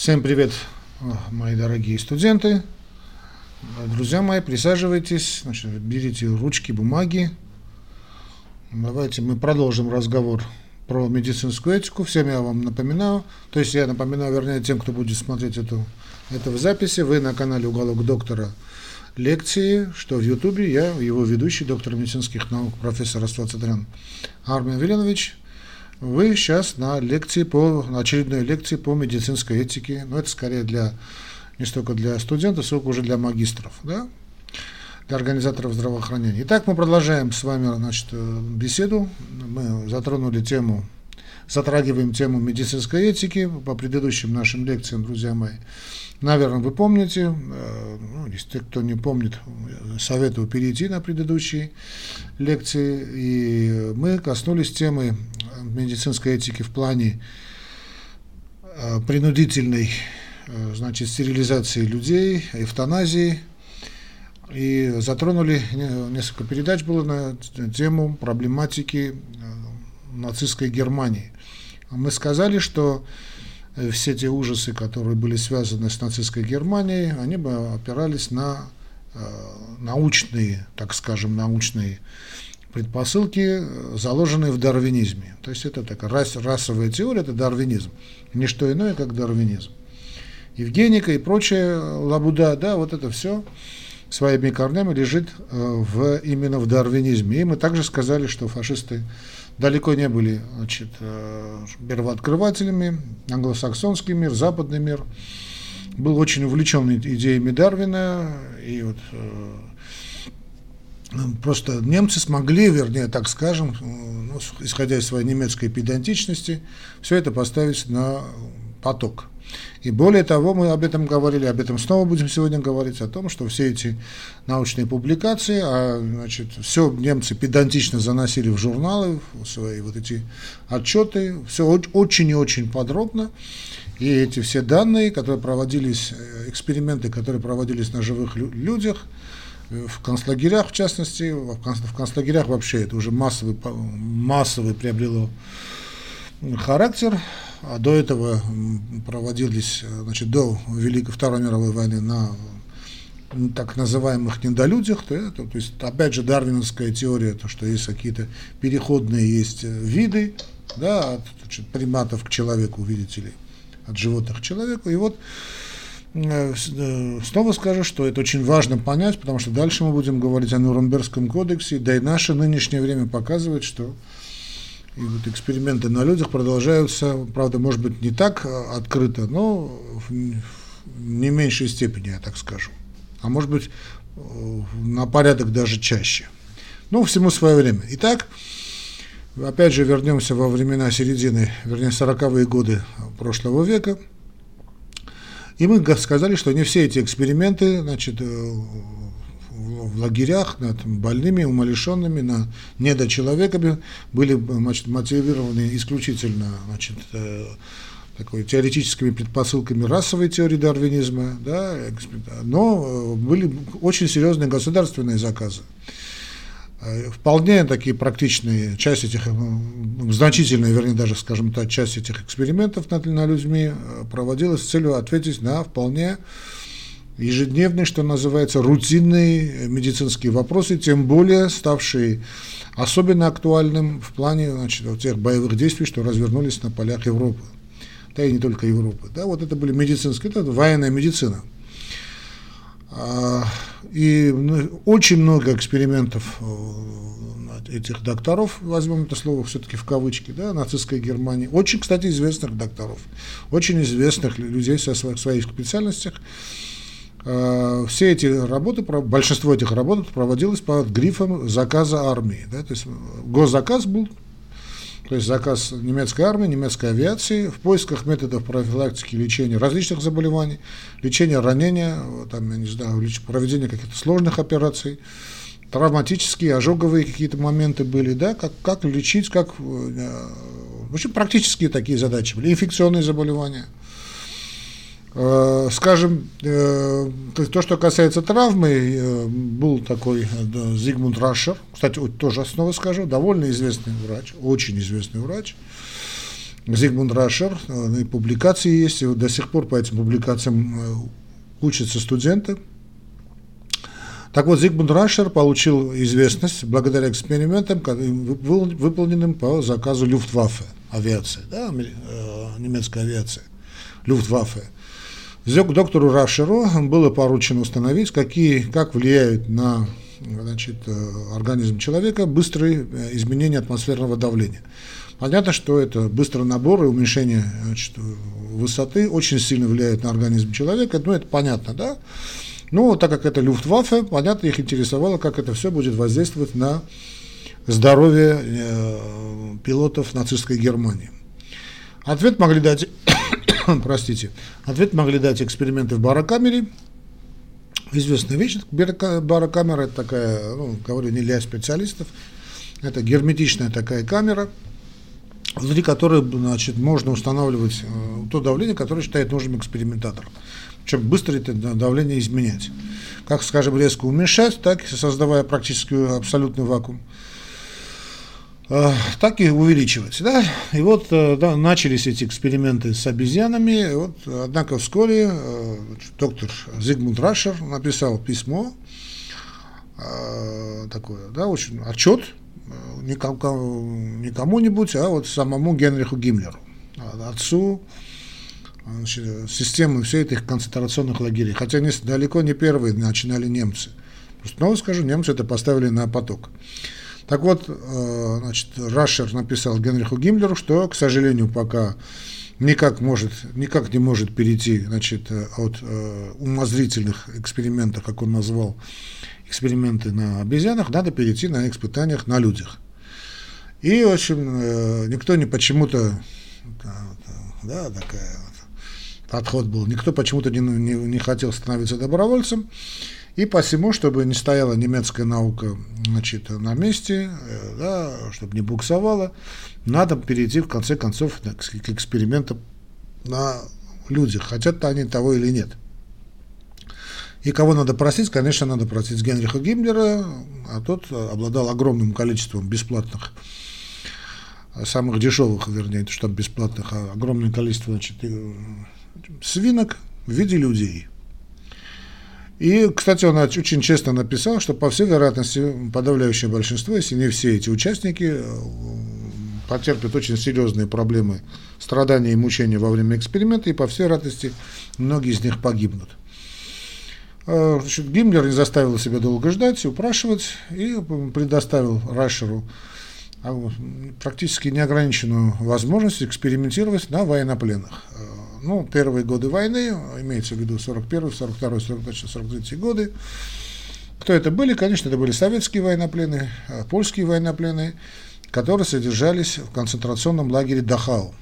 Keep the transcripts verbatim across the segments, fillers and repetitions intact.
Всем привет, мои дорогие студенты. Друзья мои, присаживайтесь, значит, берите ручки, бумаги. Давайте мы продолжим разговор про медицинскую этику. Всем я вам напоминаю, то есть я напоминаю, вернее, тем, кто будет смотреть эту, это в записи, вы на канале «Уголок доктора» лекции, что в Ютубе я, его ведущий, доктор медицинских наук, профессор Аствацатрян Армен Веленович. Вы сейчас на лекции по, на очередной лекции по медицинской этике, но это скорее для, не столько для студентов, сколько уже для магистров, да? Для организаторов здравоохранения. Итак, мы продолжаем с вами, значит, беседу. Мы затронули тему, затрагиваем тему медицинской этики по предыдущим нашим лекциям, друзья мои. Наверное, вы помните, ну, если кто не помнит, советую перейти на предыдущие лекции. И мы коснулись темы медицинской этики в плане принудительной, значит, стерилизации людей, эвтаназии. И затронули, несколько передач было на тему проблематики нацистской Германии. Мы сказали, что все те ужасы, которые были связаны с нацистской Германией, они бы опирались на научные, так скажем, научные предпосылки, заложенные в дарвинизме. То есть это такая рас, расовая теория, это дарвинизм. Не что иное, как дарвинизм. Евгеника и прочая лабуда, да, вот это все своими корнями лежит в, именно в дарвинизме. И мы также сказали, что фашисты далеко не были, значит, первооткрывателями. Англосаксонский мир, западный мир был очень увлечен идеями Дарвина, и вот просто немцы смогли, вернее, так скажем, ну, исходя из своей немецкой педантичности, все это поставить на поток. И более того, мы об этом говорили, об этом снова будем сегодня говорить, о том, что все эти научные публикации, а, значит, все немцы педантично заносили в журналы, в свои вот эти отчеты, все очень и очень подробно. И эти все данные, которые проводились, эксперименты, которые проводились на живых людях, в концлагерях, в частности, в концлагерях вообще это уже массовый, массовый приобрело характер. А до этого проводились, значит, до Великой Второй мировой войны на так называемых недолюдях, то, то, то есть, опять же, дарвиновская теория, то, что есть какие-то переходные есть виды, да, от, значит, приматов к человеку, видите ли, от животных к человеку. И вот снова скажу, что это очень важно понять, потому что дальше мы будем говорить о Нюрнбергском кодексе, да и наше нынешнее время показывает, что и вот эксперименты на людях продолжаются, правда, может быть, не так открыто, но в не меньшей степени, я так скажу. А может быть, на порядок даже чаще. Ну, всему свое время. Итак, опять же, вернемся во времена середины, вернее, сороковые годы прошлого века. И мы сказали, что не все эти эксперименты, значит, в лагерях над больными, умалишенными, на недочеловеками были, значит, мотивированы исключительно, значит, такой теоретическими предпосылками расовой теории дарвинизма, да, но были очень серьезные государственные заказы. Вполне такие практичные, часть этих, значительная, вернее, даже, скажем так, часть этих экспериментов над, над людьми проводилась с целью ответить на вполне ежедневные, что называется, рутинные медицинские вопросы, тем более ставшие особенно актуальным в плане, значит, вот тех боевых действий, что развернулись на полях Европы, да и не только Европы. Да, вот это были медицинские, это военная медицина. И очень много экспериментов этих докторов, возьмем это слово все-таки в кавычки, да, нацистской Германии, очень, кстати, известных докторов, очень известных людей в своих специальностях. Все эти работы, большинство этих работ проводилось под грифом заказа армии. Да, то есть госзаказ был, то есть заказ немецкой армии, немецкой авиации в поисках методов профилактики лечения различных заболеваний, лечения ранения, там, я не знаю, проведения каких-то сложных операций, травматические, ожоговые какие-то моменты были, да, как, как лечить, как, в общем, практические такие задачи были, инфекционные заболевания. Скажем, то, что касается травмы, был такой Зигмунд Рашер, кстати, тоже снова скажу, довольно известный врач, очень известный врач, Зигмунд Рашер, и публикации есть, и вот до сих пор по этим публикациям учатся студенты. Так вот, Зигмунд Рашер получил известность благодаря экспериментам, выполненным по заказу Люфтваффе, авиации, да, немецкой авиации, Люфтваффе. Доктору Рашеру было поручено установить, какие, как влияют на, значит, организм человека быстрые изменения атмосферного давления. Понятно, что это быстрый набор и уменьшение, значит, высоты очень сильно влияет на организм человека, ну это понятно, да? Но так как это Люфтваффе, понятно, их интересовало, как это все будет воздействовать на здоровье э, пилотов нацистской Германии. Ответ могли дать, простите, ответ могли дать эксперименты в барокамере. Известная вещь, барокамера, это такая, ну, говорю не для специалистов, это герметичная такая камера, внутри которой, значит, можно устанавливать э, то давление, которое считает нужным экспериментатор. Причем быстро это давление изменять. Как, скажем, резко уменьшать, так и создавая практически абсолютный вакуум, э, так и увеличивать. Да? И вот э, да, начались эти эксперименты с обезьянами. Вот, однако вскоре э, доктор Зигмунд Рашер написал письмо, э, такое, да, очень отчет, не кому-нибудь, а вот самому Генриху Гиммлеру, отцу, значит, системы всей этих концентрационных лагерей. Хотя они далеко не первые начинали немцы. Снова скажу, немцы это поставили на поток. Так вот, значит, Рашер написал Генриху Гиммлеру, что, к сожалению, пока никак, может, никак не может перейти, значит, от умозрительных экспериментов, как он назвал, эксперименты на обезьянах, надо перейти на испытаниях на людях. И, в общем, никто не почему-то, да, такая подход был, никто почему-то не, не, не хотел становиться добровольцем, и посему, чтобы не стояла немецкая наука, значит, на месте, да, чтобы не буксовала, надо перейти, в конце концов, к экспериментам на людях, хотят-то они того или нет. И кого надо просить? Конечно, надо просить Генриха Гиммлера, а тот обладал огромным количеством бесплатных, самых дешевых, вернее, что бесплатных, а огромное количество, значит, свинок в виде людей. И, кстати, он очень честно написал, что, по всей вероятности, подавляющее большинство, если не все эти участники, потерпят очень серьезные проблемы, страдания и мучения во время эксперимента, и, по всей вероятности, многие из них погибнут. Значит, Гиммлер не заставил себя долго ждать, упрашивать, и предоставил Рашеру практически неограниченную возможность экспериментировать на военнопленных. Ну, первые годы войны, имеется в виду сорок первый, сорок второй, сорок третий годы. Кто это были? Конечно, это были советские военнопленные, польские военнопленные, которые содержались в концентрационном лагере Дахау.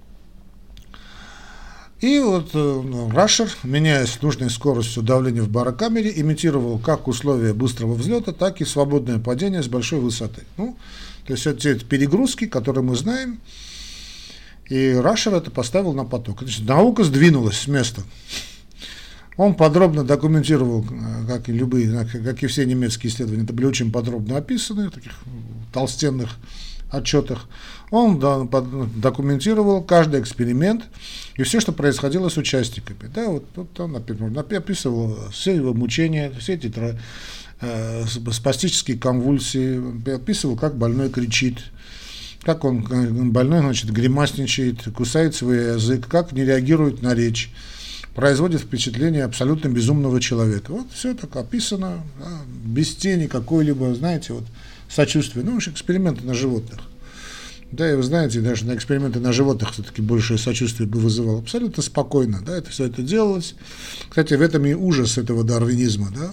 И вот э, Рашер, меняя с нужной скоростью давления в барокамере, имитировал как условия быстрого взлета, так и свободное падение с большой высоты. Ну, то есть это те перегрузки, которые мы знаем, и Рашер это поставил на поток. Значит, наука сдвинулась с места. Он подробно документировал, как и любые, как и все немецкие исследования, это были очень подробно описаны в таких толстенных отчетах. Он документировал каждый эксперимент и все, что происходило с участниками. Да, вот, вот он, например, описывал все его мучения, все эти э, спастические конвульсии, описывал, как больной кричит, как он, больной, значит, гримасничает, кусает свой язык, как не реагирует на речь, производит впечатление абсолютно безумного человека. Вот все так описано, да, без тени какой-либо, знаете, вот, сочувствия. Ну, уж эксперименты на животных. Да, и вы знаете, даже на эксперименты на животных все-таки большее сочувствие бы вызывало. Абсолютно спокойно, да, это все это делалось. Кстати, в этом и ужас этого дарвинизма, да.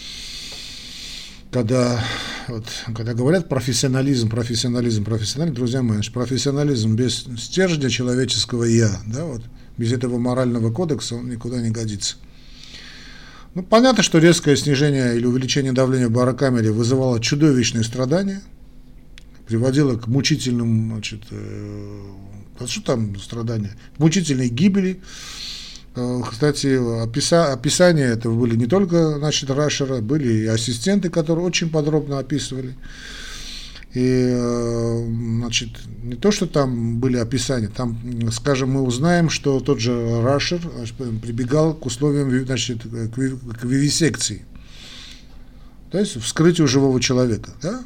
Когда, вот, когда говорят профессионализм, профессионализм, профессионализм, друзья мои, профессионализм без стержня человеческого «я», да, вот, без этого морального кодекса он никуда не годится. Ну, понятно, что резкое снижение или увеличение давления в барокамере вызывало чудовищные страдания, приводило к мучительным, значит, э, что там страдания, мучительной гибели. Э, кстати, описа, описания этого были не только, значит, Рашера, были и ассистенты, которые очень подробно описывали. И, значит, не то, что там были описания, там, скажем, мы узнаем, что тот же Рашер прибегал к условиям, значит, к вивисекции, то есть вскрытию живого человека, да?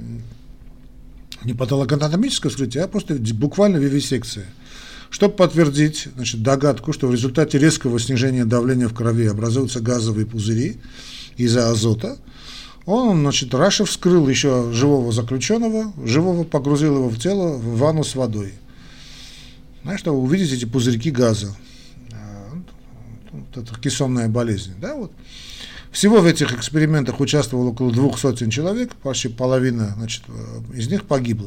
Не патологоанатомическое вскрытие, а просто буквально вивисекция. Чтобы подтвердить, значит, догадку, что в результате резкого снижения давления в крови образуются газовые пузыри из-за азота, он, значит, Рашер вскрыл еще живого заключенного, живого погрузил его в тело в ванну с водой. Знаешь, чтобы увидеть эти пузырьки газа. Это кессонная болезнь. Да, вот. Всего в этих экспериментах участвовало около двух сотен человек, почти половина, значит, из них погибла.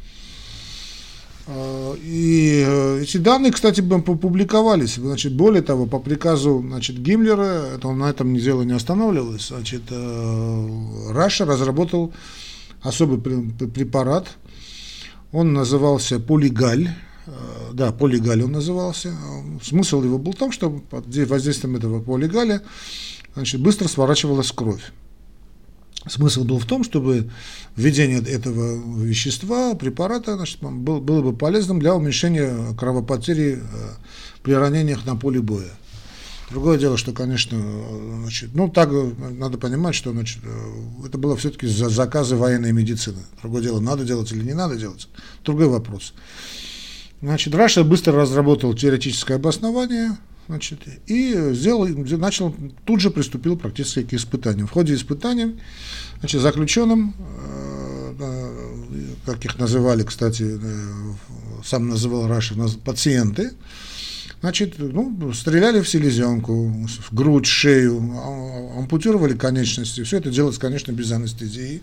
И эти данные, кстати, публиковались. Значит, более того, по приказу, значит, Гиммлера, это он на этом дело не останавливалось, значит, Рашер разработал особый препарат. Он назывался Полигаль. Да, Полигаль он назывался. Смысл его был в том, что под воздействием этого Полигаля, значит, быстро сворачивалась кровь. Смысл был в том, чтобы введение этого вещества, препарата, значит, был, было бы полезным для уменьшения кровопотери при ранениях на поле боя. Другое дело, что, конечно, значит, ну, так надо понимать, что, значит, это было все-таки за заказы военной медицины. Другое дело, надо делать или не надо делать, другой вопрос. Значит, Рашер быстро разработал теоретическое обоснование, значит, и сделал, начал, тут же приступил практически к испытаниям. В ходе испытаний, значит, заключенным, как их называли, кстати, сам называл Рашер, пациенты, значит, ну, стреляли в селезенку, в грудь, шею, ампутировали конечности. Все это делалось, конечно, без анестезии.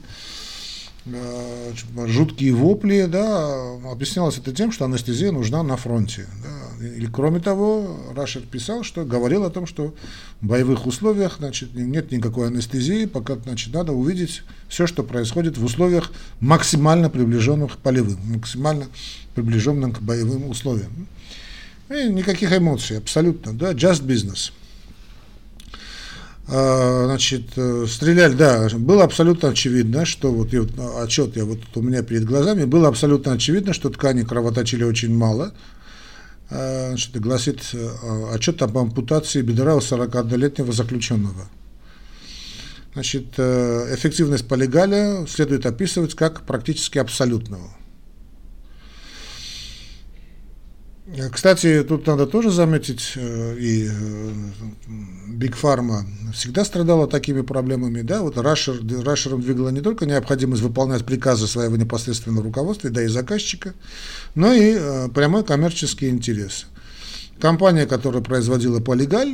Жуткие вопли, да, объяснялось это тем, что анестезия нужна на фронте. Да. И, кроме того, Рашер писал, что говорил о том, что в боевых условиях, значит, нет никакой анестезии, пока, значит, надо увидеть все, что происходит в условиях максимально приближенных к полевым, максимально приближенным к боевым условиям. И никаких эмоций, абсолютно, да, just business. Значит, стреляли, да, было абсолютно очевидно, что вот я, отчет я вот у меня перед глазами, было абсолютно очевидно, что ткани кровоточили очень мало. Значит, гласит отчет об ампутации бедра у сорокаоднолетнего заключенного. Значит, эффективность Полигаля следует описывать как практически абсолютную. Кстати, тут надо тоже заметить, и Big Pharma всегда страдала такими проблемами, да, вот Рашер, Рашером двигала не только необходимость выполнять приказы своего непосредственного руководства, да и заказчика, но и прямой коммерческий интерес. Компания, которая производила Полигаль,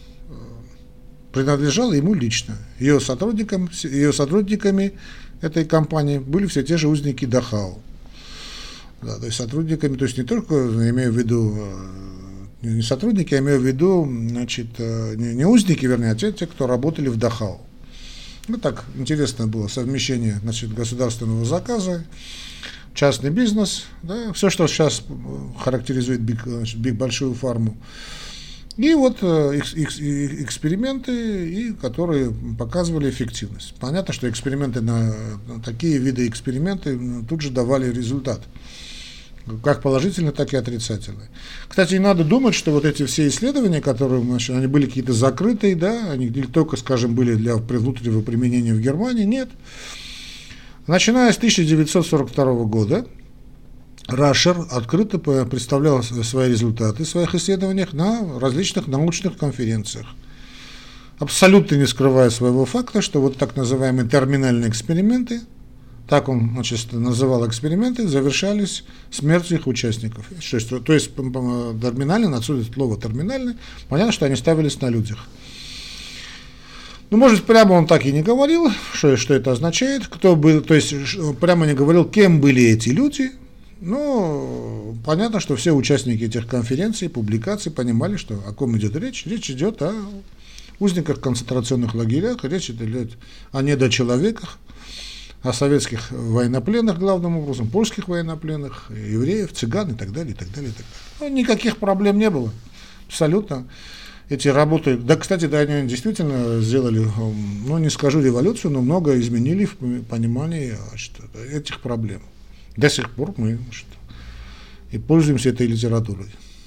принадлежала ему лично. Ее сотрудникам, ее сотрудниками этой компании были все те же узники Дахау. Да, то есть сотрудниками, то есть не только, имею в виду, не сотрудники, я имею в виду, значит, не, не узники, вернее, а те, те, кто работали в Дахау. Ну, так, интересно было совмещение, значит, государственного заказа, частный бизнес, да, все, что сейчас характеризует биг, значит, биг большую фарму. И вот экс, экс, эксперименты, и, которые показывали эффективность. Понятно, что эксперименты на, на такие виды эксперименты тут же давали результат. Как положительный, так и отрицательный. Кстати, не надо думать, что вот эти все исследования, которые, значит, они были какие-то закрытые, да, они не только, скажем, были для внутреннего применения в Германии, нет. Начиная с тысяча девятьсот сорок второго года Рашер открыто представлял свои результаты в своих исследованиях на различных научных конференциях, абсолютно не скрывая своего факта, что вот так называемые терминальные эксперименты, так он, значит, называл эксперименты, завершались смертью их участников. Что, то есть терминально, отсюда слово терминальный, понятно, что они ставились на людях. Ну, может, прямо он так и не говорил, что, что это означает, кто был, то есть прямо не говорил, кем были эти люди. Но понятно, что все участники этих конференций, публикаций понимали, что о ком идет речь. Речь идет о узниках концентрационных лагерях, речь идет о недочеловеках, о советских военнопленных, главным образом, польских военнопленных, евреев, цыган и так далее, и так далее, и так далее. Ну, никаких проблем не было, абсолютно. эти работы, да, кстати, да, они действительно сделали, ну, не скажу революцию, но много изменили в понимании, значит, этих проблем. До сих пор мы, значит, и пользуемся этой литературой.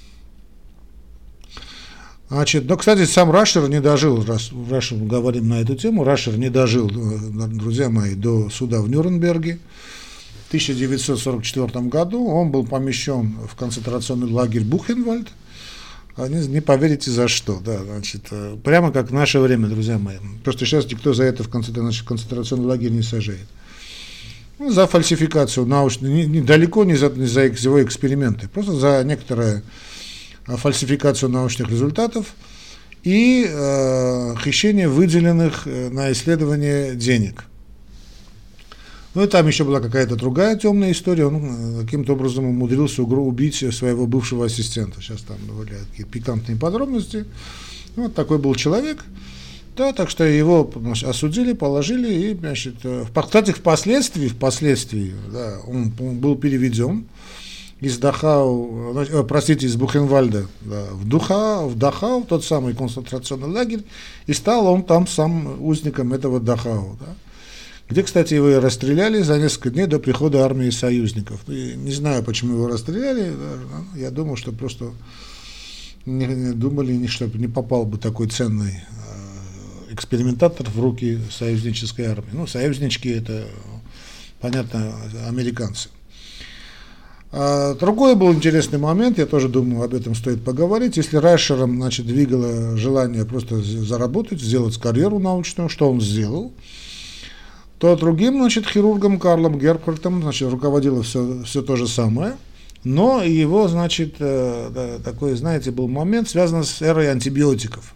Значит, но, кстати, сам Рашер не дожил, раз Рашер говорим на эту тему, Рашер не дожил, друзья мои, до суда в Нюрнберге. В тысяча девятьсот сорок четвёртом году он был помещен в концентрационный лагерь Бухенвальд. Не, не поверите за что, да, значит, прямо как в наше время, друзья мои. Просто сейчас никто за это в концентрационный лагерь не сажает. Ну, за фальсификацию научную, не, не, далеко не за, не за его эксперименты, просто за некоторую фальсификацию научных результатов и э, хищение выделенных на исследование денег. Ну и там еще была какая-то другая темная история, он каким-то образом умудрился убить своего бывшего ассистента. Сейчас там были такие пикантные подробности. Ну, вот такой был человек. Да, так что его, значит, осудили, положили, и, значит, кстати, впоследствии, впоследствии, да, он, он был переведен из Дахау, простите, из Бухенвальда, да, в, Духа, в Дахау, тот самый концентрационный лагерь, и стал он там сам узником этого Дахау, да, где, кстати, его и расстреляли за несколько дней до прихода армии союзников. И не знаю, почему его расстреляли, да, я думаю, что просто не, не думали, что не попал бы такой ценный э, экспериментатор в руки союзнической армии. Ну, союзнички — это, понятно, американцы. А другой был интересный момент, я тоже думаю, об этом стоит поговорить. Если Рашером, значит, двигало желание просто заработать, сделать карьеру научную, что он сделал, то другим, значит, хирургом Карлом Гербхартом, значит, руководило все, все то же самое, но его, значит, да, такой, знаете, был момент, связан с эрой антибиотиков.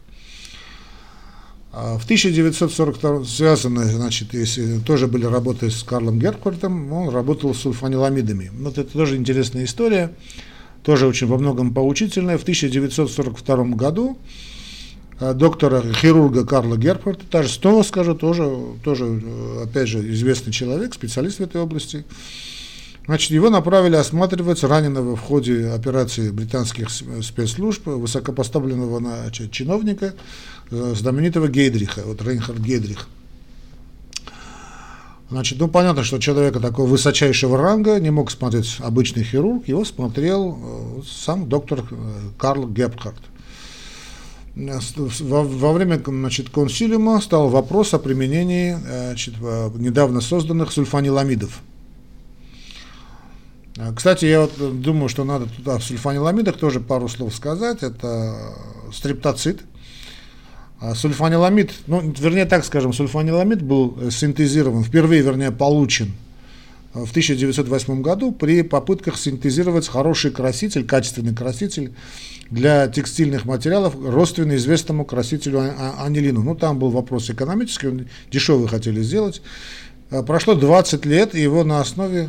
В тысяча девятьсот сорок втором, связанные, значит, если тоже были работы с Карлом Гербхартом, он работал с сульфаниламидами. Вот это тоже интересная история, тоже очень во многом поучительная. В тысяча девятьсот сорок втором году доктора, хирурга Карла Гербхарта, даже снова скажу, тоже, тоже, опять же, известный человек, специалист в этой области. Значит, его направили осматривать раненого в ходе операции британских спецслужб, высокопоставленного, значит, чиновника, знаменитого Гейдриха, вот Рейнхард Гейдрих. Значит, ну, понятно, что человека такого высочайшего ранга не мог смотреть обычный хирург, его смотрел сам доктор Карл Гербхарт. Во, во время, значит, консилиума стал вопрос о применении, значит, недавно созданных сульфаниламидов. Кстати, я вот думаю, что надо туда в сульфаниламидах тоже пару слов сказать. Это стрептоцит. Сульфаниламид, ну, вернее, так скажем, сульфаниламид был синтезирован, впервые, вернее, получен в тысяча девятьсот восьмом году при попытках синтезировать хороший краситель, качественный краситель для текстильных материалов, родственный известному красителю анилину. Ну, там был вопрос экономический, дешевый хотели сделать. Прошло двадцать лет, и его на основе,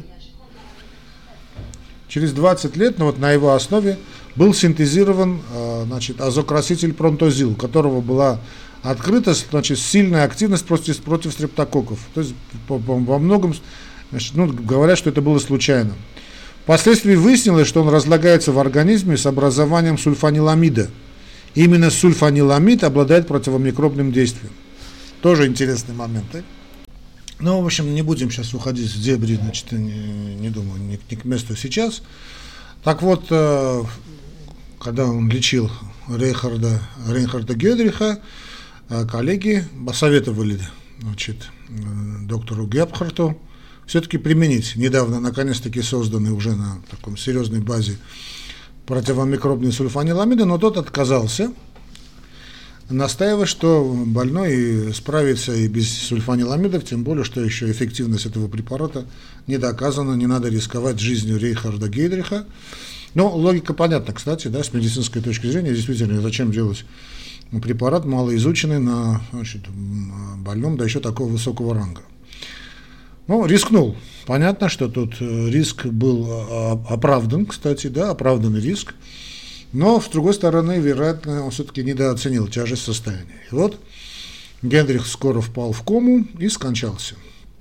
через двадцать лет, ну, вот на его основе был синтезирован, значит, азокраситель пронтозил, у которого была открыта, значит, сильная активность против, против стрептококков. То есть во многом, значит, ну, говорят, что это было случайно. Впоследствии выяснилось, что он разлагается в организме с образованием сульфаниламида. Именно сульфаниламид обладает противомикробным действием. Тоже интересный момент. Да? Ну, в общем, не будем сейчас уходить в дебри, значит, не, не думаю, не, не к месту сейчас. Так вот, когда он лечил Рейнхарда, Рейнхарда Гейдриха, коллеги посоветовали, значит, доктору Гербхарту все-таки применить недавно, наконец-таки созданный уже на таком серьезной базе противомикробные сульфаниламиды, но тот отказался, настаивая, что больной справится и без сульфаниламидов, тем более, что еще эффективность этого препарата не доказана, не надо рисковать жизнью Рейнхарда Гейдриха. Но логика понятна, кстати, да, с медицинской точки зрения, действительно, зачем делать препарат малоизученный на, значит, больном, да еще такого высокого ранга. Ну, рискнул. Понятно, что тут риск был оправдан, кстати, да, оправданный риск. Но, с другой стороны, вероятно, он все-таки недооценил тяжесть состояния. И вот Гейдрих скоро впал в кому и скончался.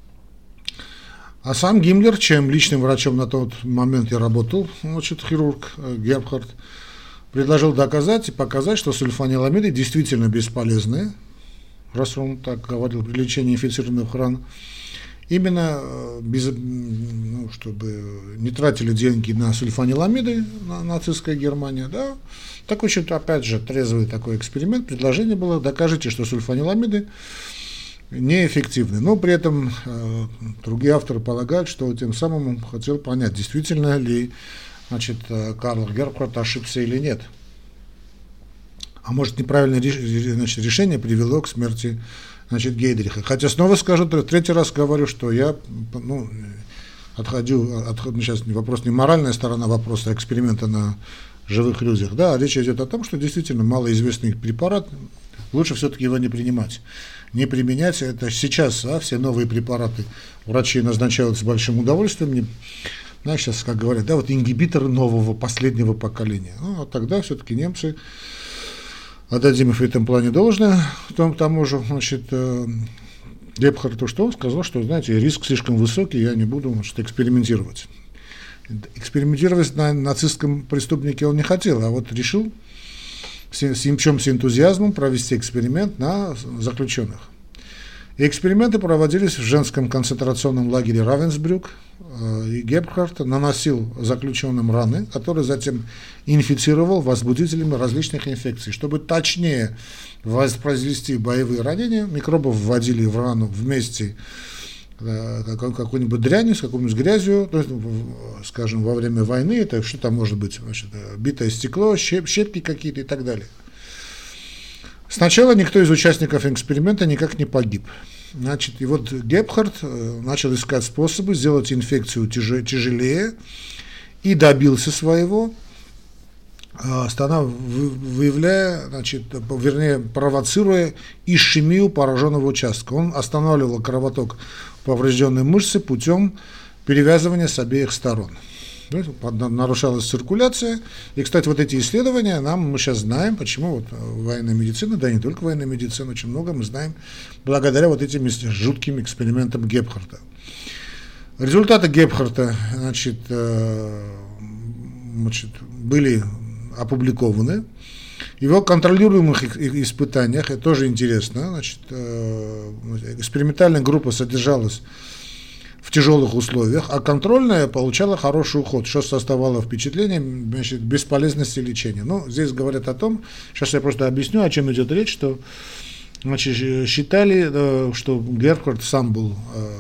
А сам Гиммлер, чем личным врачом на тот момент я работал, значит, хирург Гербхарт, предложил доказать и показать, что сульфаниламиды действительно бесполезны, раз он так говорил при лечении инфицированных ран. Именно без, ну, чтобы не тратили деньги на сульфаниламиды, на нацистская Германия, да. Так очень, опять же, трезвый такой эксперимент. Предложение было: докажите, что сульфаниламиды неэффективны. Но при этом э, другие авторы полагают, что тем самым он хотел понять, действительно ли, значит, Карл Гербхард ошибся или нет. А может, неправильное значит, решение привело к смерти, значит, Гейдриха. Хотя снова скажу, третий раз говорю, что я, ну, отходю, отход, сейчас вопрос не моральная сторона вопроса, а эксперимента на живых людях. Да, речь идет о том, что действительно малоизвестный препарат, лучше все-таки его не принимать. Не применять, это сейчас, а, все новые препараты врачи назначают с большим удовольствием. Не, знаешь, сейчас, как говорят, да, вот ингибиторы нового, последнего поколения. Ну, а тогда все-таки немцы, отдадим их в этом плане должное, к тому же, значит, э, Гебхарту что? Сказал, что, знаете, риск слишком высокий, я не буду, значит, экспериментировать. Экспериментировать на нацистском преступнике он не хотел, а вот решил с, причем с энтузиазмом провести эксперимент на заключенных. И эксперименты проводились в женском концентрационном лагере Равенсбрюк, и Гебхард наносил заключенным раны, которые затем инфицировал возбудителями различных инфекций. Чтобы точнее воспроизвести боевые ранения, микробов вводили в рану вместе какой-нибудь дрянью, с какой-нибудь грязью, то есть, скажем, во время войны, это что там может быть, значит, битое стекло, щеп, щепки какие-то и так далее. Сначала никто из участников эксперимента никак не погиб. Значит, и вот Гебхард начал искать способы сделать инфекцию тяжелее и добился своего, выявляя, значит, вернее, провоцируя ишемию пораженного участка. Он останавливал кровоток поврежденной мышцы путем перевязывания с обеих сторон. Нарушалась циркуляция. И, кстати, вот эти исследования, нам, мы сейчас знаем, почему вот военная медицина, да и не только военная медицина, очень много мы знаем благодаря вот этим жутким экспериментам Гебхарда. Результаты Гебхарда, значит, значит, были опубликованы. В его контролируемых испытаниях, это тоже интересно, значит, экспериментальная группа содержалась в тяжелых условиях, а контрольная получала хороший уход, что создавало впечатление, значит, бесполезности лечения. Ну, здесь говорят о том, сейчас я просто объясню, о чем идет речь, что, значит, считали, что Гербхард сам был,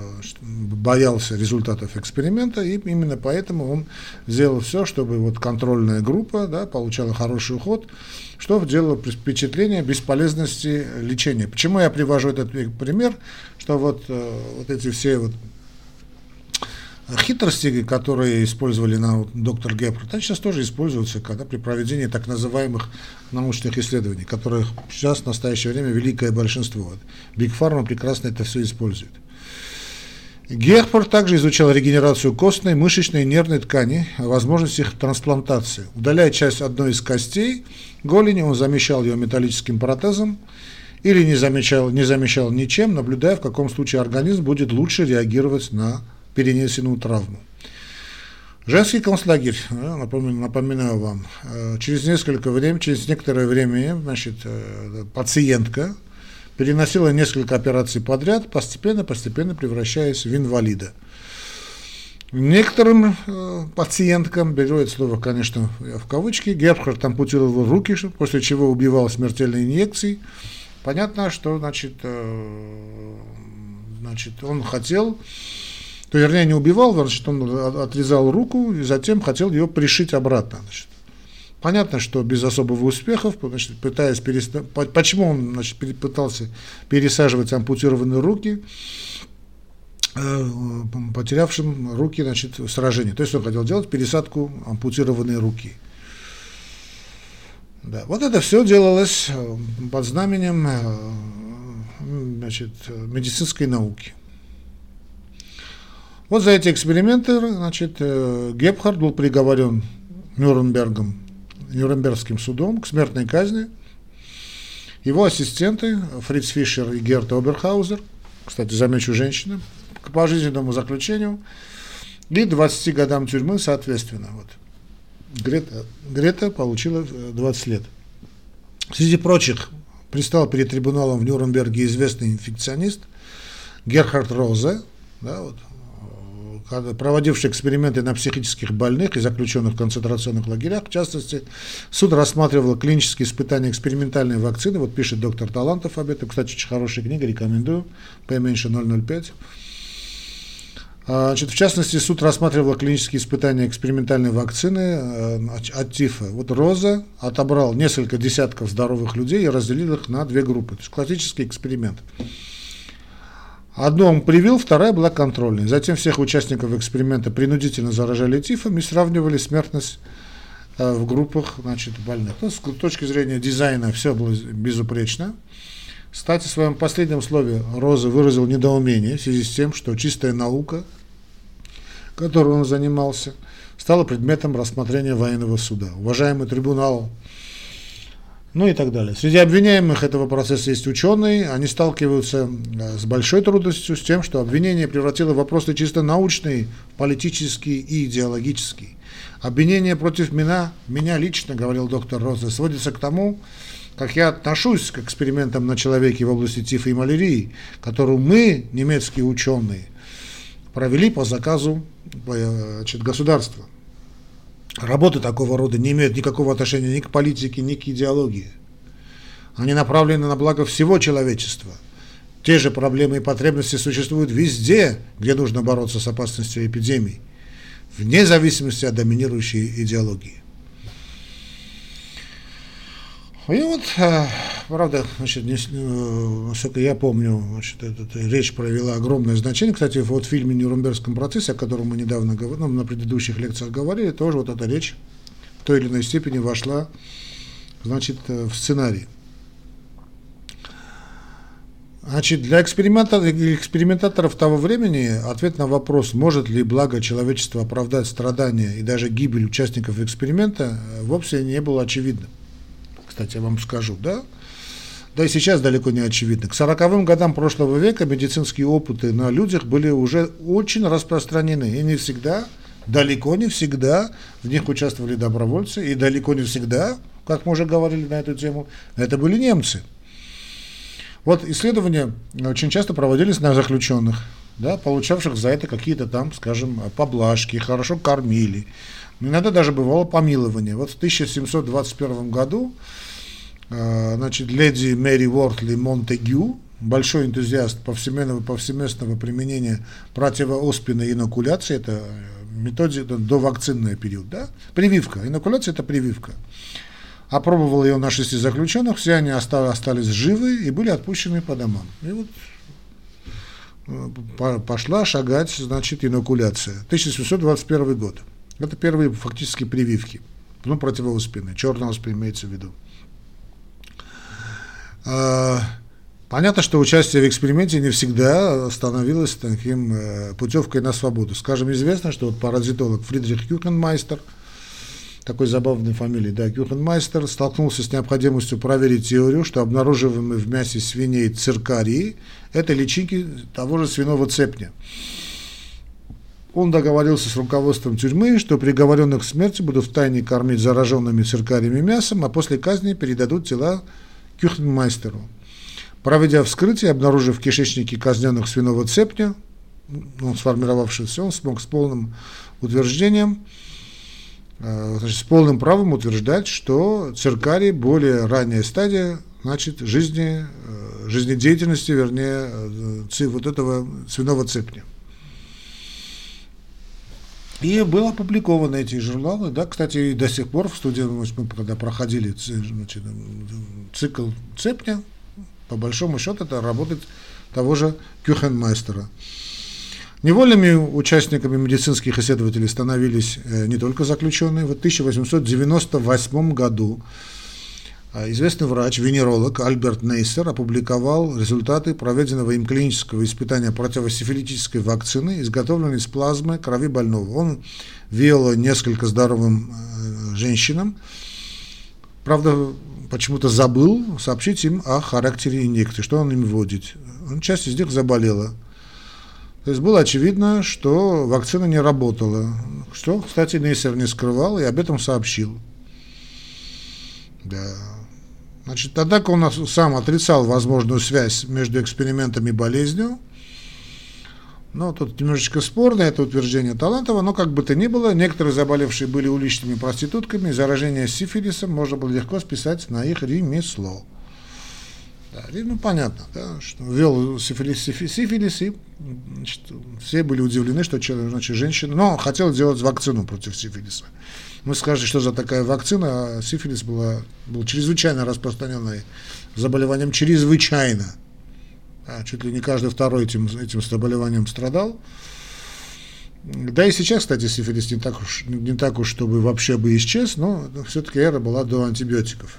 боялся результатов эксперимента, и именно поэтому он сделал все, чтобы вот контрольная группа, да, получала хороший уход, что делало впечатление бесполезности лечения. Почему я привожу этот пример, что вот, вот эти все вот хитрости, которые использовали на вот, доктор Гебхард, они сейчас тоже используются, когда при проведении так называемых научных исследований, которых сейчас в настоящее время великое большинство. Вот. Биг Фарма прекрасно это все использует. Гебхард также изучал регенерацию костной, мышечной и нервной ткани, возможность их трансплантации. Удаляя часть одной из костей голени, он замещал ее металлическим протезом или не замещал, не замещал ничем, наблюдая, в каком случае организм будет лучше реагировать на перенесенную травму. Женский концлагерь, напоминаю, напоминаю вам, через несколько времени, через некоторое время, значит, пациентка переносила несколько операций подряд, постепенно-постепенно превращаясь в инвалида. Некоторым пациенткам, беру это слово, конечно, в кавычки, Гебхард ампутировал руки, после чего убивал смертельной инъекцией. Понятно, что, значит, значит, он хотел, то, вернее, не убивал, значит, он отрезал руку и затем хотел ее пришить обратно. Значит. Понятно, что без особого успеха, значит, пытаясь переста... почему он, значит, пытался пересаживать ампутированные руки, э, потерявшим руки, значит, в сражении. То есть он хотел делать пересадку ампутированной руки. Да. Вот это все делалось под знаменем, значит, медицинской науки. Вот за эти эксперименты, значит, Гебхард был приговорен Нюрнбергом, Нюрнбергским судом к смертной казни. Его ассистенты Фриц Фишер и Герт Оберхаузер, кстати, замечу, женщины, к пожизненному заключению и двадцати годам тюрьмы, соответственно. Вот. Грета, Грета получила двадцать лет. Среди прочих предстал перед трибуналом в Нюрнберге известный инфекционист Герхард Розе, да, вот, проводивший эксперименты на психических больных и заключенных в концентрационных лагерях. В частности, суд рассматривал клинические испытания экспериментальной вакцины. Вот пишет доктор Талантов об этом. Кстати, очень хорошая книга, рекомендую. П меньше ноль ноль пять. Значит, в частности, суд рассматривал клинические испытания экспериментальной вакцины от тифа. Вот Роза отобрал несколько десятков здоровых людей и разделил их на две группы. То есть классический эксперимент. Одну он привил, вторая была контрольной. Затем всех участников эксперимента принудительно заражали тифом и сравнивали смертность в группах, значит, больных. Ну, с точки зрения дизайна все было безупречно. Кстати, в своем последнем слове Роза выразил недоумение в связи с тем, что чистая наука, которой он занимался, стала предметом рассмотрения военного суда. Уважаемый трибунал, ну и так далее. Среди обвиняемых этого процесса есть ученые, они сталкиваются с большой трудностью, с тем, что обвинение превратило вопросы чисто научные, политические и идеологические. Обвинение против меня, меня лично, говорил доктор Роза, сводится к тому, как я отношусь к экспериментам на человеке в области тифа и малярии, которую мы, немецкие ученые, провели по заказу, значит, государства. Работы такого рода не имеют никакого отношения ни к политике, ни к идеологии. Они направлены на благо всего человечества. Те же проблемы и потребности существуют везде, где нужно бороться с опасностью эпидемий, вне зависимости от доминирующей идеологии. И вот, правда, значит, не, насколько я помню, значит, эта речь провела огромное значение. Кстати, вот в фильме «Нюрнбергском процессе», о котором мы недавно говорили, ну, на предыдущих лекциях говорили, тоже вот эта речь в той или иной степени вошла, значит, в сценарий. Значит, для экспериментаторов того времени ответ на вопрос, может ли благо человечества оправдать страдания и даже гибель участников эксперимента, вовсе не был очевидным. Кстати, я вам скажу, да? Да и сейчас далеко не очевидно. К сороковым годам прошлого века медицинские опыты на людях были уже очень распространены. И не всегда, далеко не всегда в них участвовали добровольцы. И далеко не всегда, как мы уже говорили на эту тему, это были немцы. Вот исследования очень часто проводились на заключенных, да, получавших за это какие-то там, скажем, поблажки, хорошо кормили. Иногда даже бывало помилование. Вот в тысяча семьсот двадцать первом году значит, леди Мэри Уортли Монтегю, большой энтузиаст повсеместного, повсеместного применения противооспенной инокуляции, это методика довакцинный период, да? Прививка. Инокуляция – это прививка. Опробовал ее на шести заключенных, все они остались живы и были отпущены по домам. И вот пошла шагать, значит, инокуляция. тысяча семьсот двадцать первый год. Это первые фактически прививки, ну, противооспенные, черная оспа имеется в виду. Понятно, что участие в эксперименте не всегда становилось таким путевкой на свободу. Скажем, известно, что вот паразитолог Фридрих Кюхенмайстер, такой забавной фамилии, да, Кюхенмайстер, столкнулся с необходимостью проверить теорию, что обнаруживаемые в мясе свиней циркарии – это личинки того же свиного цепня. Он договорился с руководством тюрьмы, что приговоренных к смерти будут втайне кормить зараженными циркариями мясом, а после казни передадут тела Кюхенмайстеру. Проведя вскрытие, обнаружив в кишечнике казненных свиного цепня, ну, сформировавшийся, он смог с полным утверждением, значит, с полным правом утверждать, что циркарий более ранняя стадия, значит, жизни, жизнедеятельности, вернее, вот этого свиного цепня. И были опубликованы эти журналы, да, кстати, и до сих пор в студии, мы когда проходили, значит, цикл цепня, по большому счету это работает того же Кюхенмайстера. Невольными участниками медицинских исследователей становились не только заключенные. В тысяча восемьсот девяносто восьмом году известный врач-венеролог Альберт Нейсер опубликовал результаты проведенного им клинического испытания противосифилитической вакцины, изготовленной из плазмы крови больного. Он ввел несколько здоровым женщинам, правда, почему-то забыл сообщить им о характере инъекции, что он им вводит. Часть из них заболела. То есть было очевидно, что вакцина не работала. Что, кстати, Нейсер не скрывал и об этом сообщил. Да. Значит, однако он сам отрицал возможную связь между экспериментами и болезнью. Но тут немножечко спорное это утверждение Талантова, но как бы то ни было, некоторые заболевшие были уличными проститутками, и заражение сифилисом можно было легко списать на их ремесло. Да, ну, понятно, да, что ввел сифилис, сифилис, и значит, все были удивлены, что значит, женщина, но хотела сделать вакцину против сифилиса. Мы скажем, что за такая вакцина, а сифилис была, был чрезвычайно распространенным заболеванием, чрезвычайно. Да, чуть ли не каждый второй этим, этим заболеванием страдал. Да и сейчас, кстати, сифилис не так уж, не так уж, чтобы вообще бы исчез, но все-таки эра была до антибиотиков.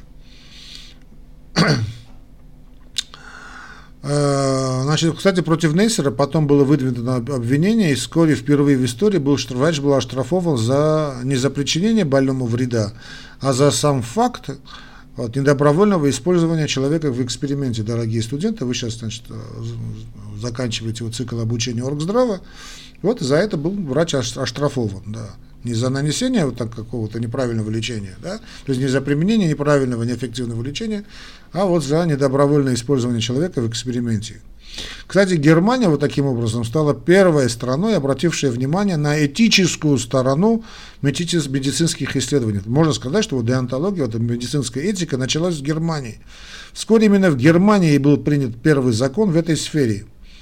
Значит, кстати, против Нейсера потом было выдвинуто обвинение, и вскоре впервые в истории был, врач был оштрафован за, не за причинение больному вреда, а за сам факт вот, недобровольного использования человека в эксперименте. Дорогие студенты, вы сейчас, значит, заканчиваете вот цикл обучения Оргздрава, вот за это был врач оштрафован, да. Не за нанесение вот так какого-то неправильного лечения, да, то есть не за применение неправильного, неэффективного лечения, а вот за недобровольное использование человека в эксперименте. Кстати, Германия вот таким образом стала первой страной, обратившей внимание на этическую сторону медицинских исследований. Можно сказать, что вот деонтология, вот медицинская этика началась в Германии. Вскоре именно в Германии был принят первый закон в этой сфере.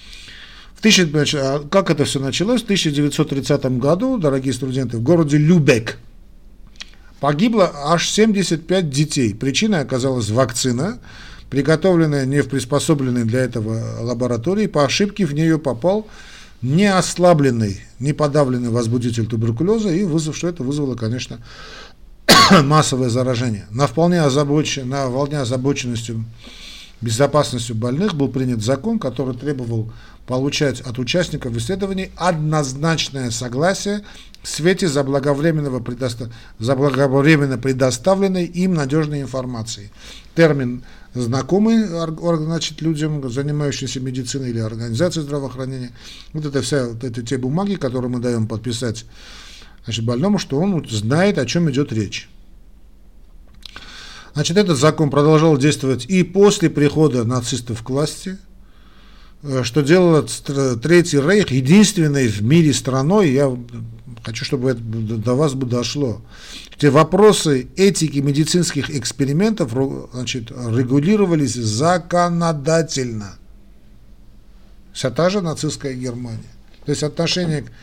Как это все началось? В тысяча девятьсот тридцатом году, дорогие студенты, в городе Любек погибло аж семьдесят пять детей. Причиной оказалась вакцина, приготовленная не в приспособленной для этого лаборатории. По ошибке в нее попал не ослабленный, не подавленный возбудитель туберкулеза, и вызвав, что это вызвало, конечно, массовое заражение. На вполне озабочен, на волне озабоченностью безопасностью больных был принят закон, который требовал получать от участников исследований однозначное согласие в свете заблаговременно, предоста... заблаговременно предоставленной им надежной информации. Термин знакомый, значит, людям, занимающимся медициной или организацией здравоохранения. Вот это вся, вот это те бумаги, которые мы даем подписать, значит, больному, что он знает, о чем идет речь. Значит, этот закон продолжал действовать и после прихода нацистов к власти, что делало Третий Рейх единственной в мире страной, я хочу, чтобы это до вас бы дошло, где вопросы этики медицинских экспериментов, значит, регулировались законодательно. Вся та же нацистская Германия. То есть отношение к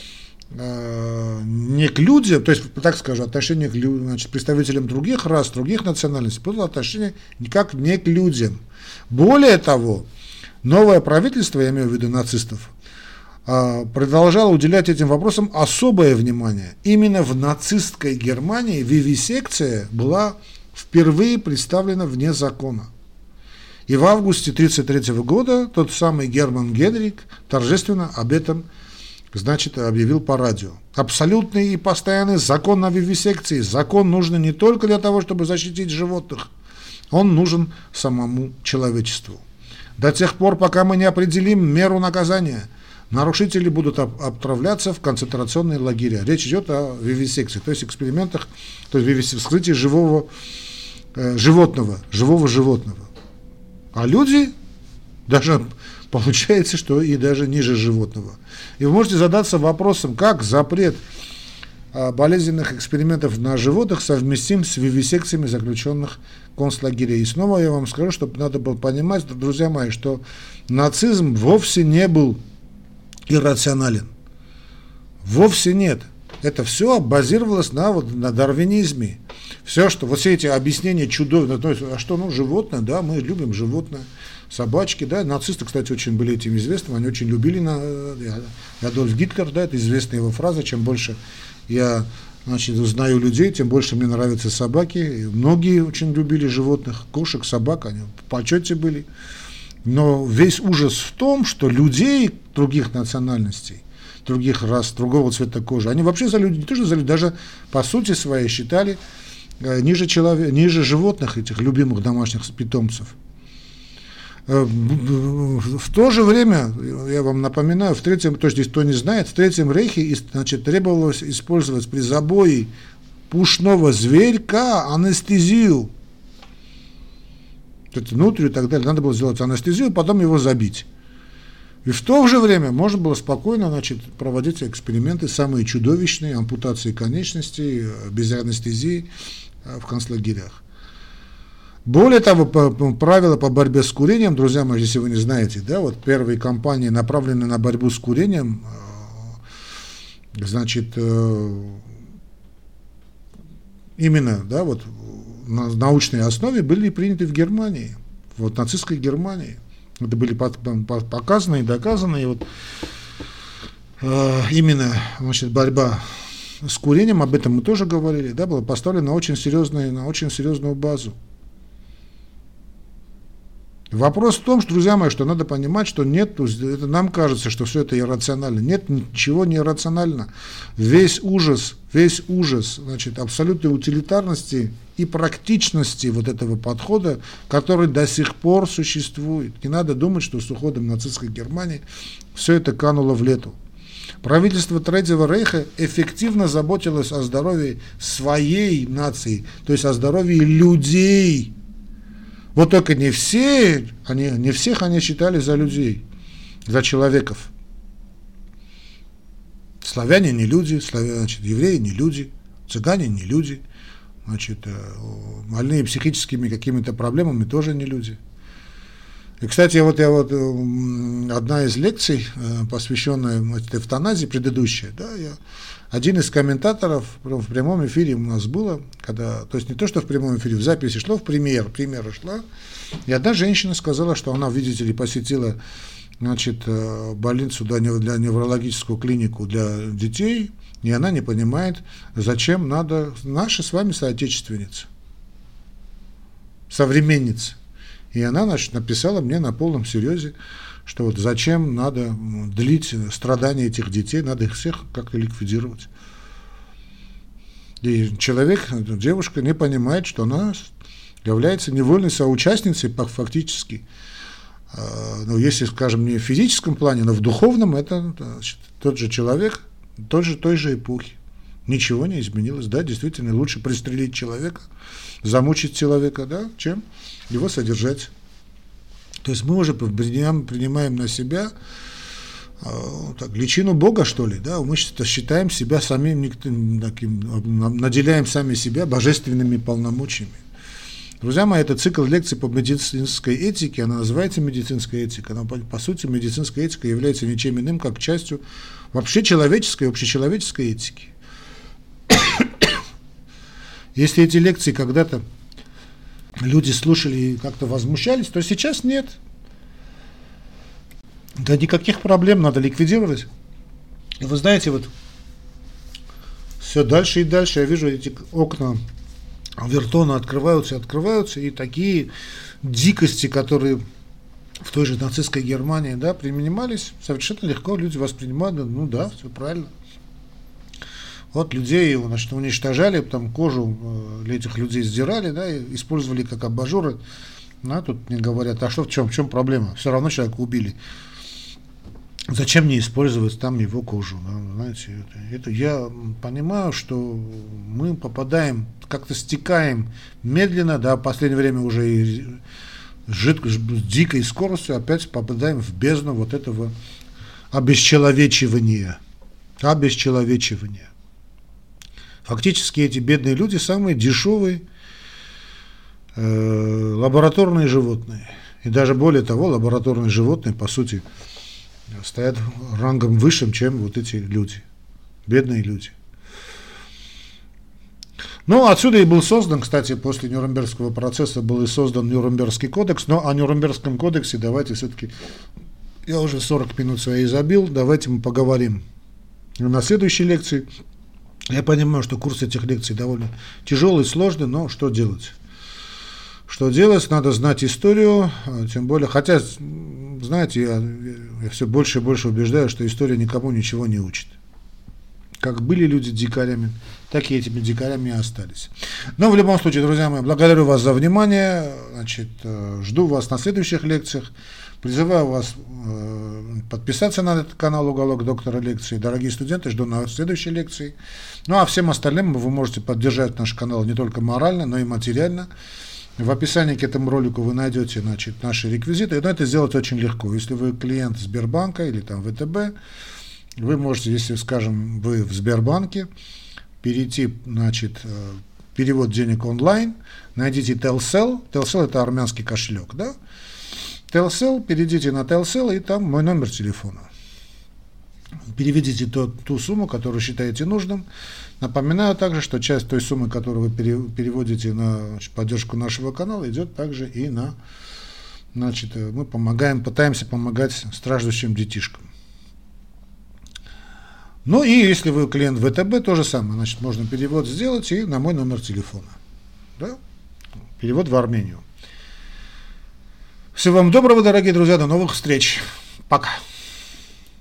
не к людям, то есть, так скажу, отношение к, значит, представителям других рас, других национальностей, было отношение никак не к людям. Более того, новое правительство, я имею в виду нацистов, продолжало уделять этим вопросам особое внимание. Именно в нацистской Германии вивисекция была впервые представлена вне закона. И в августе тысяча девятьсот тридцать третьего года тот самый Герман Генрих торжественно об этом, значит, объявил по радио. Абсолютный и постоянный закон о вивисекции. Закон нужен не только для того, чтобы защитить животных, он нужен самому человечеству. До тех пор, пока мы не определим меру наказания, нарушители будут отправляться в концентрационные лагеря. Речь идет о вивисекции, то есть экспериментах, то есть вскрытии живого э, животного, живого животного. А люди даже... Получается, что и даже ниже животного. И вы можете задаться вопросом, как запрет болезненных экспериментов на животных совместим с вивисекциями заключенных концлагерей. И снова я вам скажу, что надо было понимать, друзья мои, что нацизм вовсе не был иррационален. Вовсе нет. Это все базировалось на, вот, на дарвинизме. Все, что, вот все эти объяснения чудовищные, то есть, а что, ну, животное, да, мы любим животное, собачки, да, нацисты, кстати, очень были этим известны, они очень любили, на, Адольф Гитлер, да, это известная его фраза, чем больше я, значит, узнаю людей, тем больше мне нравятся собаки, и многие очень любили животных, кошек, собак, они в почете были, но весь ужас в том, что людей других национальностей, других рас, другого цвета кожи, они вообще за людей, не то что за людей, даже по сути своей считали ниже, человек, ниже животных, этих любимых домашних питомцев. В то же время, я вам напоминаю, в третьем, то есть здесь кто не знает, в Третьем Рейхе, значит, требовалось использовать при забое пушного зверька анестезию. Внутрь и так далее. Надо было сделать анестезию, потом его забить. И в то же время можно было спокойно, значит, проводить эксперименты, самые чудовищные, ампутации конечностей, без анестезии в концлагерях. Более того, по, по, правила по борьбе с курением, друзья мои, если вы не знаете, да, вот первые кампании, направленные на борьбу с курением, э, значит, э, именно, да, вот на научной основе были приняты в Германии, вот нацистской Германии. Это были под, под, показаны и доказаны, и вот э, именно, значит, борьба с курением, об этом мы тоже говорили, да, была поставлена на очень серьезную, на очень серьезную базу. Вопрос в том, что, друзья мои, что надо понимать, что нет, это нам кажется, что все это иррационально. Нет, ничего не иррационально. Весь ужас, весь ужас, значит, абсолютной утилитарности и практичности вот этого подхода, который до сих пор существует. Не надо думать, что с уходом нацистской Германии все это кануло в лету. Правительство Третьего Рейха эффективно заботилось о здоровье своей нации, то есть о здоровье людей. Вот только не все, они, не всех они считали за людей, за человеков. Славяне не люди, славяне, значит, евреи не люди, цыгане не люди, значит, больные психическими какими-то проблемами тоже не люди. И, кстати, вот я вот одна из лекций, посвященная эвтаназии, предыдущая, да, я, один из комментаторов в прямом эфире у нас было, когда, то есть не то, что в прямом эфире, в записи шло, в премьер, премьера шла, и одна женщина сказала, что она, видите ли, посетила, значит, больницу для неврологическую клинику для детей, и она не понимает, зачем надо наши с вами соотечественницы, современницы. И она, значит, написала мне на полном серьезе, что вот зачем надо длить страдания этих детей, надо их всех как-то ликвидировать. И человек, девушка не понимает, что она является невольной соучастницей фактически. Ну, если, скажем, не в физическом плане, но в духовном, это, значит, тот же человек, тот же, той же эпохи. Ничего не изменилось. Да, действительно, лучше пристрелить человека, замучить человека, да, чем его содержать. То есть мы уже принимаем, принимаем на себя э, так, личину Бога, что ли, да, мы считаем себя самим, таким, наделяем сами себя божественными полномочиями. Друзья мои, это цикл лекций по медицинской этике, она называется медицинская этика, но по, по сути медицинская этика является ничем иным, как частью вообще человеческой, общечеловеческой этики. Если эти лекции когда-то люди слушали и как-то возмущались, то сейчас нет. Да никаких проблем, надо ликвидировать. И вы знаете, вот все дальше и дальше я вижу эти окна Овертона открываются и открываются, и такие дикости, которые в той же нацистской Германии, да, принимались, совершенно легко люди воспринимали, ну да, все правильно. Вот людей, значит, уничтожали, там кожу э, этих людей сдирали, да, и использовали как абажуры. А тут мне говорят, а что в чем, в чем проблема? Все равно человека убили. Зачем мне использовать там его кожу? Да, знаете, это, это я понимаю, что мы попадаем, как-то стекаем медленно, да, в последнее время уже и жидко, с дикой скоростью опять попадаем в бездну вот этого обесчеловечивания. Обесчеловечивания. Фактически эти бедные люди самые дешевые э, лабораторные животные. И даже более того, лабораторные животные, по сути, стоят рангом выше, чем вот эти люди. Бедные люди. Ну, отсюда и был создан, кстати, после Нюрнбергского процесса был и создан Нюрнбергский кодекс. Но о Нюрнбергском кодексе давайте все-таки, я уже сорок минут своей забил, давайте мы поговорим на следующей лекции. Я понимаю, что курс этих лекций довольно тяжелый, сложный, но что делать? Что делать? Надо знать историю, тем более, хотя, знаете, я, я все больше и больше убеждаю, что история никому ничего не учит. Как были люди дикарями, так такие этими дикарями и остались. Но в любом случае, друзья мои, благодарю вас за внимание. Значит, жду вас на следующих лекциях. Призываю вас подписаться на этот канал «Уголок доктора лекций». Дорогие студенты, жду на следующей лекции. Ну а всем остальным вы можете поддержать наш канал не только морально, но и материально. В описании к этому ролику вы найдете, значит, наши реквизиты. Но это сделать очень легко. Если вы клиент Сбербанка или там вэ тэ бэ, вы можете, если, скажем, вы в Сбербанке, перейти, значит, перевод денег онлайн, найдите Telcel. Telcel — это армянский кошелек, да? Telcel, перейдите на Telcel, и там мой номер телефона. Переведите ту, ту сумму, которую считаете нужным. Напоминаю также, что часть той суммы, которую вы переводите на, значит, поддержку нашего канала, идет также и на, значит, мы помогаем, пытаемся помогать страждущим детишкам. Ну и если вы клиент вэ тэ бэ, то же самое, значит, можно перевод сделать и на мой номер телефона. Да? Перевод в Армению. Всего вам доброго, дорогие друзья, до новых встреч. Пока.